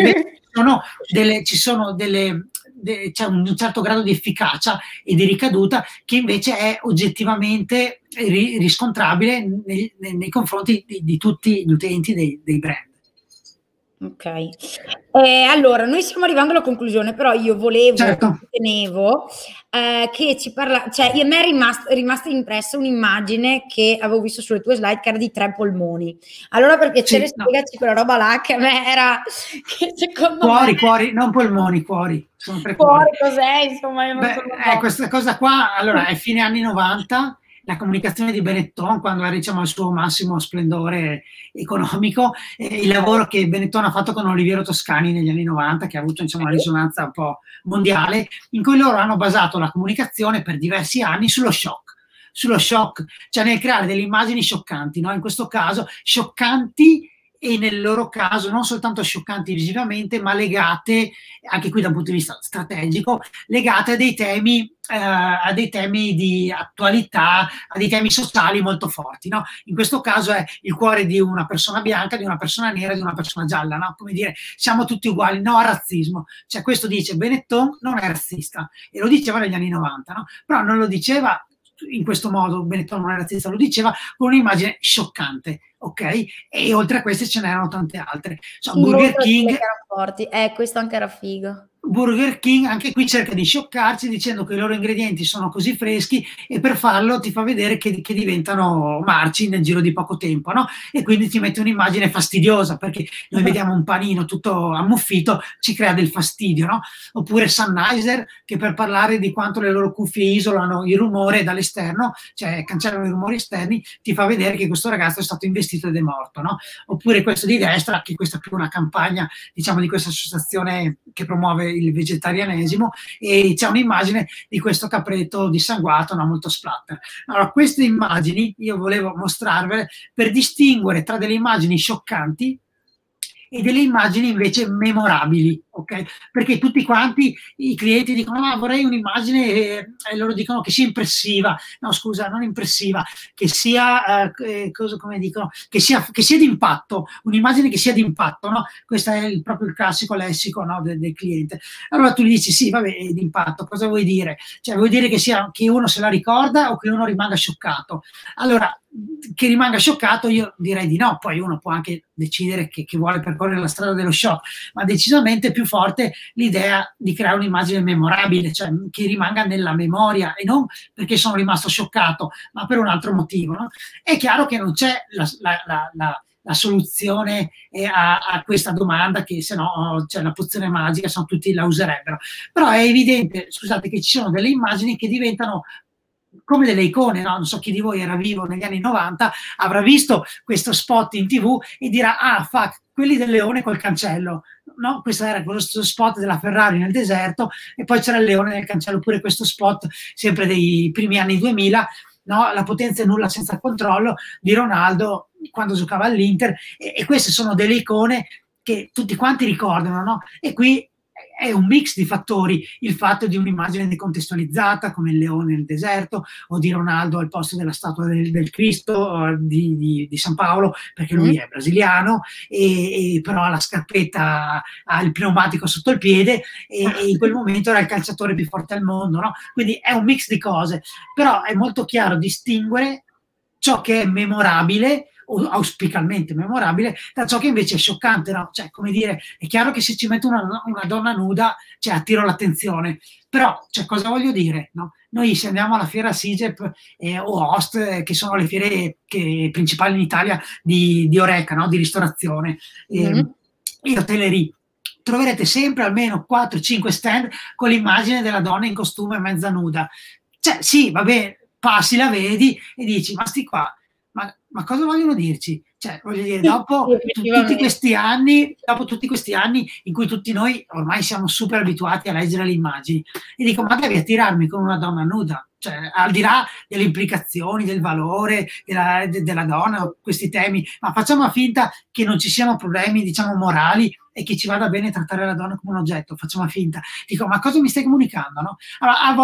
ci sono c'è un certo grado di efficacia e di ricaduta che invece è oggettivamente riscontrabile nei confronti di tutti gli utenti dei brand. Ok, allora noi stiamo arrivando alla conclusione, però io volevo, certo. tenevo che ci parla, cioè a me è rimasta impressa un'immagine che avevo visto sulle tue slide che era di 3 polmoni. Allora per piacere spiegaci quella roba là che a me era, che secondo me... Cuori, non polmoni, cuori. Sono 3 cuori. Cos'è? Insomma, io non so. Questa cosa qua, allora, è fine anni 90, la comunicazione di Benetton, quando era, diciamo, al suo massimo splendore economico, il lavoro che Benetton ha fatto con Oliviero Toscani negli anni 90, che ha avuto, diciamo, una risonanza un po' mondiale, in cui loro hanno basato la comunicazione per diversi anni sullo shock, cioè nel creare delle immagini scioccanti, no? In questo caso scioccanti, e nel loro caso non soltanto scioccanti visivamente, ma legate, anche qui da un punto di vista strategico, legate a dei temi di attualità, a dei temi sociali molto forti, no? In questo caso è il cuore di una persona bianca, di una persona nera, di una persona gialla, no? Come dire, siamo tutti uguali, no al razzismo. Cioè questo dice Benetton non è razzista, e lo diceva negli anni 90, no? Però non lo diceva in questo modo, Benetton non è razzista, lo diceva con un'immagine scioccante, ok? E oltre a queste ce n'erano tante altre. Sì, Burger King, forti. Questo anche era figo. Burger King anche qui cerca di scioccarci dicendo che i loro ingredienti sono così freschi, e per farlo ti fa vedere che diventano marci nel giro di poco tempo, no? E quindi ti mette un'immagine fastidiosa, perché noi vediamo un panino tutto ammuffito, ci crea del fastidio, no? Oppure Sennheiser, che per parlare di quanto le loro cuffie isolano il rumore dall'esterno, cioè cancellano i rumori esterni, ti fa vedere che questo ragazzo è stato investito ed è morto, no? Oppure questo di destra, che questa è più una campagna, diciamo, di questa associazione che promuove il vegetarianesimo, e c'è un'immagine di questo capretto dissanguato, no, molto splatter. Allora, queste immagini io volevo mostrarvele per distinguere tra delle immagini scioccanti e delle immagini invece memorabili, ok? Perché tutti quanti i clienti dicono: ah, vorrei un'immagine, e loro dicono che sia impressiva. No, scusa, non impressiva, che sia, come dicono, che sia di impatto, un'immagine che sia di impatto, no? Questo è proprio il classico lessico, no, del cliente. Allora tu gli dici: sì, vabbè, è di impatto, cosa vuoi dire? Cioè, vuoi dire che uno se la ricorda o che uno rimanga scioccato? Allora, che rimanga scioccato io direi di no, poi uno può anche decidere che vuole percorrere la strada dello shock, ma decisamente più forte l'idea di creare un'immagine memorabile, cioè che rimanga nella memoria, e non perché sono rimasto scioccato, ma per un altro motivo, no? È chiaro che non c'è la soluzione a questa domanda, che se no c'è la pozione magica, se no tutti la userebbero, però è evidente, scusate, che ci sono delle immagini che diventano come delle icone, no? Non so chi di voi era vivo negli anni 90, avrà visto questo spot in TV e dirà: ah, fuck, quelli del leone col cancello, no? Questo era questo spot della Ferrari nel deserto, e poi c'era il leone nel cancello. Oppure questo spot, sempre dei primi anni 2000, no? La potenza è nulla senza controllo, di Ronaldo quando giocava all'Inter, e queste sono delle icone che tutti quanti ricordano, no? E qui è un mix di fattori, il fatto di un'immagine decontestualizzata come il leone nel deserto, o di Ronaldo al posto della statua del Cristo, di San Paolo, perché lui è brasiliano, e però ha la scarpetta, ha il pneumatico sotto il piede, e in quel momento era il calciatore più forte al mondo, no? Quindi è un mix di cose, però è molto chiaro distinguere ciò che è memorabile, o auspicalmente memorabile, da ciò che invece è scioccante, no? Cioè, come dire, è chiaro che se ci metto una donna nuda, cioè, attiro l'attenzione, però, cioè, cosa voglio dire, no? Noi se andiamo alla fiera SIGEP o Host, che sono le fiere principali in Italia di Horeca, no? Di ristorazione e hotellerie, troverete sempre almeno 4-5 stand con l'immagine della donna in costume mezza nuda. Cioè, sì, va bene, passi, la vedi e dici: ma sti qua, ma cosa vogliono dirci? Cioè, voglio dire, dopo tutti questi anni in cui tutti noi ormai siamo super abituati a leggere le immagini, e dico: ma devi attirarmi con una donna nuda? Cioè, al di là delle implicazioni, del valore della donna, questi temi, ma facciamo finta che non ci siano problemi, diciamo, morali, e che ci vada bene trattare la donna come un oggetto, facciamo finta. Dico: ma cosa mi stai comunicando, no? Allora, voglio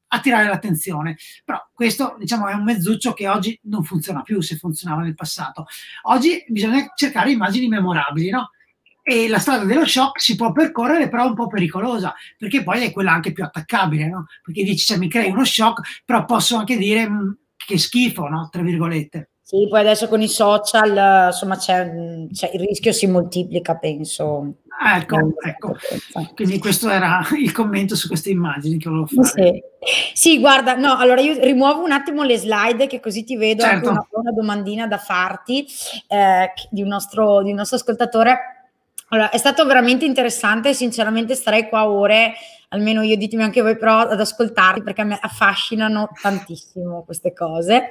attirare l'attenzione. Però questo, diciamo, è un mezzuccio che oggi non funziona più se funzionava nel passato. Oggi bisogna cercare immagini memorabili, no? E la strada dello shock si può percorrere, però è un po' pericolosa, perché poi è quella anche più attaccabile, no? Perché dici, cioè, mi crei uno shock, però posso anche dire che schifo, no? Tra virgolette. Sì, poi adesso con i social, insomma, il rischio si moltiplica, penso. Ecco. Quindi questo era il commento su queste immagini che volevo fare. Sì, guarda, no, allora io rimuovo un attimo le slide, che così ti vedo. Certo. Anche una domandina da farti di un nostro ascoltatore. Allora, è stato veramente interessante, sinceramente starei qua ore, almeno io, ditemi anche voi, però ad ascoltarti, perché a me affascinano tantissimo queste cose.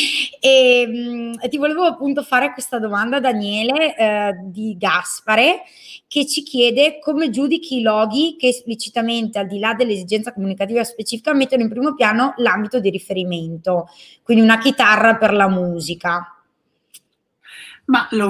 E ti volevo appunto fare questa domanda, Daniele, di Gaspare, che ci chiede come giudichi i loghi che esplicitamente, al di là dell'esigenza comunicativa specifica, mettono in primo piano l'ambito di riferimento, quindi una chitarra per la musica. Ma lo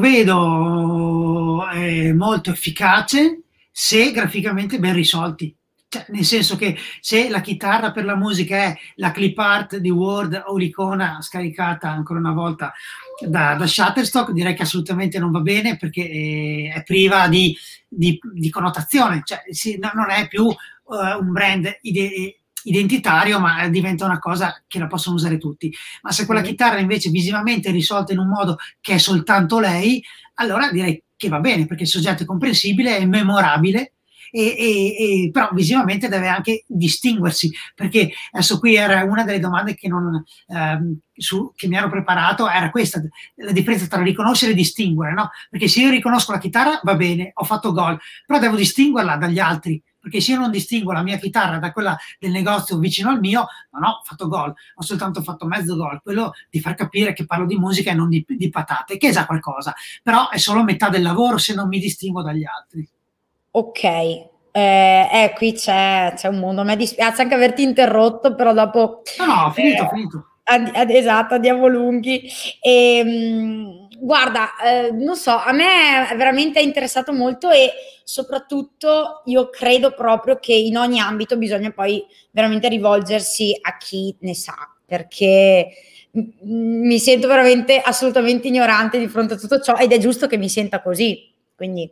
vedo molto efficace se graficamente ben risolti. Cioè, nel senso che se la chitarra per la musica è la clip art di Word o l'icona scaricata ancora una volta da Shutterstock, direi che assolutamente non va bene, perché è priva di connotazione, cioè non è più un brand identitario, ma diventa una cosa che la possono usare tutti. Ma se quella chitarra invece visivamente è risolta in un modo che è soltanto lei, allora direi che va bene, perché il soggetto è comprensibile, è memorabile, però visivamente deve anche distinguersi, perché adesso qui era una delle domande che che mi ero preparato, era questa, la differenza tra riconoscere e distinguere, no? Perché se io riconosco la chitarra va bene, ho fatto gol, però devo distinguerla dagli altri, perché se io non distingo la mia chitarra da quella del negozio vicino al mio, non ho fatto gol, ho soltanto fatto mezzo gol, quello di far capire che parlo di musica e non di patate, che è già qualcosa, però è solo metà del lavoro se non mi distingo dagli altri. Ok, qui c'è un mondo. A me dispiace anche averti interrotto, però dopo... No, finito. Esatto, andiamo lunghi. Guarda, non so, a me è veramente interessato molto, e soprattutto io credo proprio che in ogni ambito bisogna poi veramente rivolgersi a chi ne sa, perché mi sento veramente assolutamente ignorante di fronte a tutto ciò, ed è giusto che mi senta così, quindi...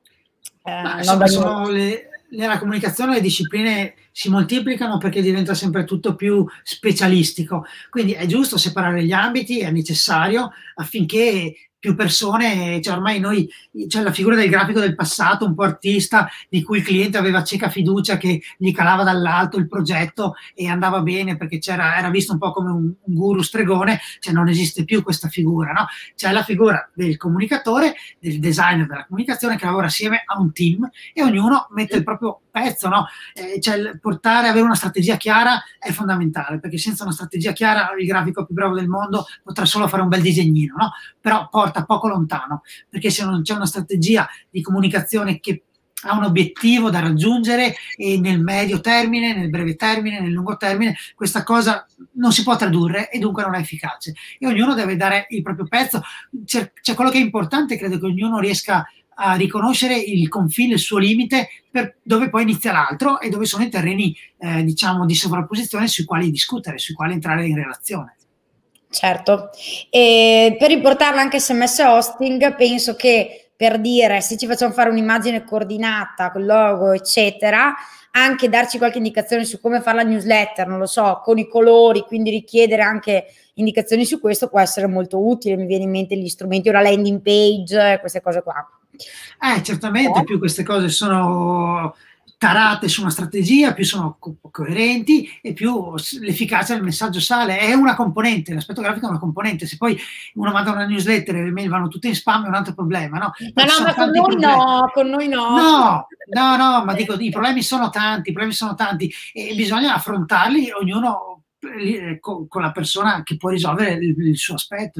nella comunicazione le discipline si moltiplicano perché diventa sempre tutto più specialistico, quindi è giusto separare gli ambiti, è necessario, affinché più persone, cioè ormai c'è la figura del grafico del passato, un po' artista, di cui il cliente aveva cieca fiducia, che gli calava dall'alto il progetto e andava bene perché era visto un po' come un guru stregone, cioè non esiste più questa figura, no? C'è la figura del comunicatore, del designer della comunicazione, che lavora assieme a un team e ognuno mette il proprio pezzo, no? Avere una strategia chiara è fondamentale, perché senza una strategia chiara il grafico più bravo del mondo potrà solo fare un bel disegnino, no? Però porta poco lontano, perché se non c'è una strategia di comunicazione che ha un obiettivo da raggiungere, e nel medio termine, nel breve termine, nel lungo termine, questa cosa non si può tradurre e dunque non è efficace. E ognuno deve dare il proprio pezzo. C'è quello che è importante, credo che ognuno riesca a riconoscere il confine, il suo limite, per dove poi inizia l'altro e dove sono i terreni, diciamo, di sovrapposizione sui quali discutere, sui quali entrare in relazione. Certo, e per riportarla anche SMS hosting, penso che, per dire, se ci facciamo fare un'immagine coordinata col logo eccetera, anche darci qualche indicazione su come fare la newsletter, non lo so, con i colori, quindi richiedere anche indicazioni su questo può essere molto utile. Mi viene in mente gli strumenti, una landing page, queste cose qua. Certamente, più queste cose sono tarate su una strategia, più sono coerenti e più l'efficacia del messaggio sale. È una componente, l'aspetto grafico è una componente. Se poi uno manda una newsletter e le mail vanno tutte in spam è un altro problema, no? Ma con noi no. No, ma dico, i problemi sono tanti e bisogna affrontarli, ognuno con la persona che può risolvere il suo aspetto,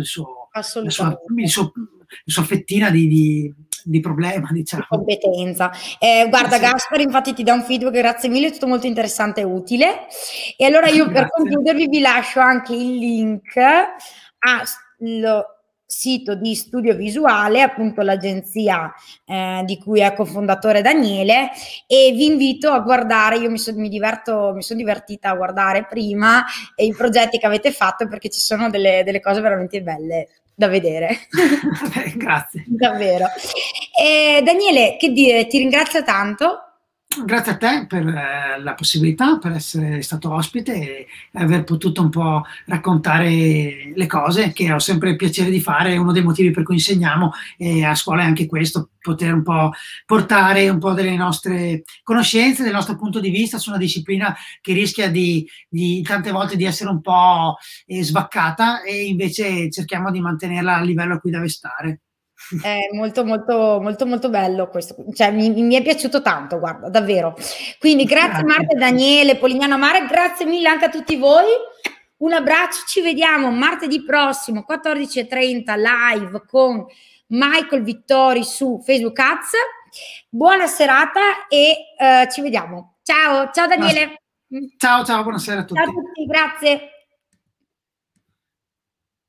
la sua fettina di problema, diciamo. Di competenza. Guarda, sì. Gaspare infatti ti dà un feedback, grazie mille, è tutto molto interessante e utile. E allora io per concludervi vi lascio anche il link allo sito di Studio Visuale, appunto l'agenzia di cui è cofondatore Daniele, e vi invito a guardare. Io mi sono divertita a guardare prima i progetti che avete fatto, perché ci sono delle cose veramente belle da vedere. Grazie. Davvero. Daniele, che dire, ti ringrazio tanto. Grazie a te per la possibilità, per essere stato ospite e aver potuto un po' raccontare le cose che ho sempre il piacere di fare. È uno dei motivi per cui insegniamo, e a scuola è anche questo, poter un po' portare un po' delle nostre conoscenze, del nostro punto di vista su una disciplina che rischia di tante volte di essere un po' svaccata, e invece cerchiamo di mantenerla al livello a cui deve stare. È molto, molto, molto, molto bello questo, cioè mi è piaciuto tanto, guarda, davvero. Quindi grazie Marta e Daniele, Polignano Amare, grazie mille anche a tutti voi. Un abbraccio, ci vediamo martedì prossimo 14:30 live con Michael Vittori su Facebook Ads. Buona serata e ci vediamo. Ciao, ciao Daniele. Ciao, ciao, buonasera a tutti. Ciao a tutti, grazie.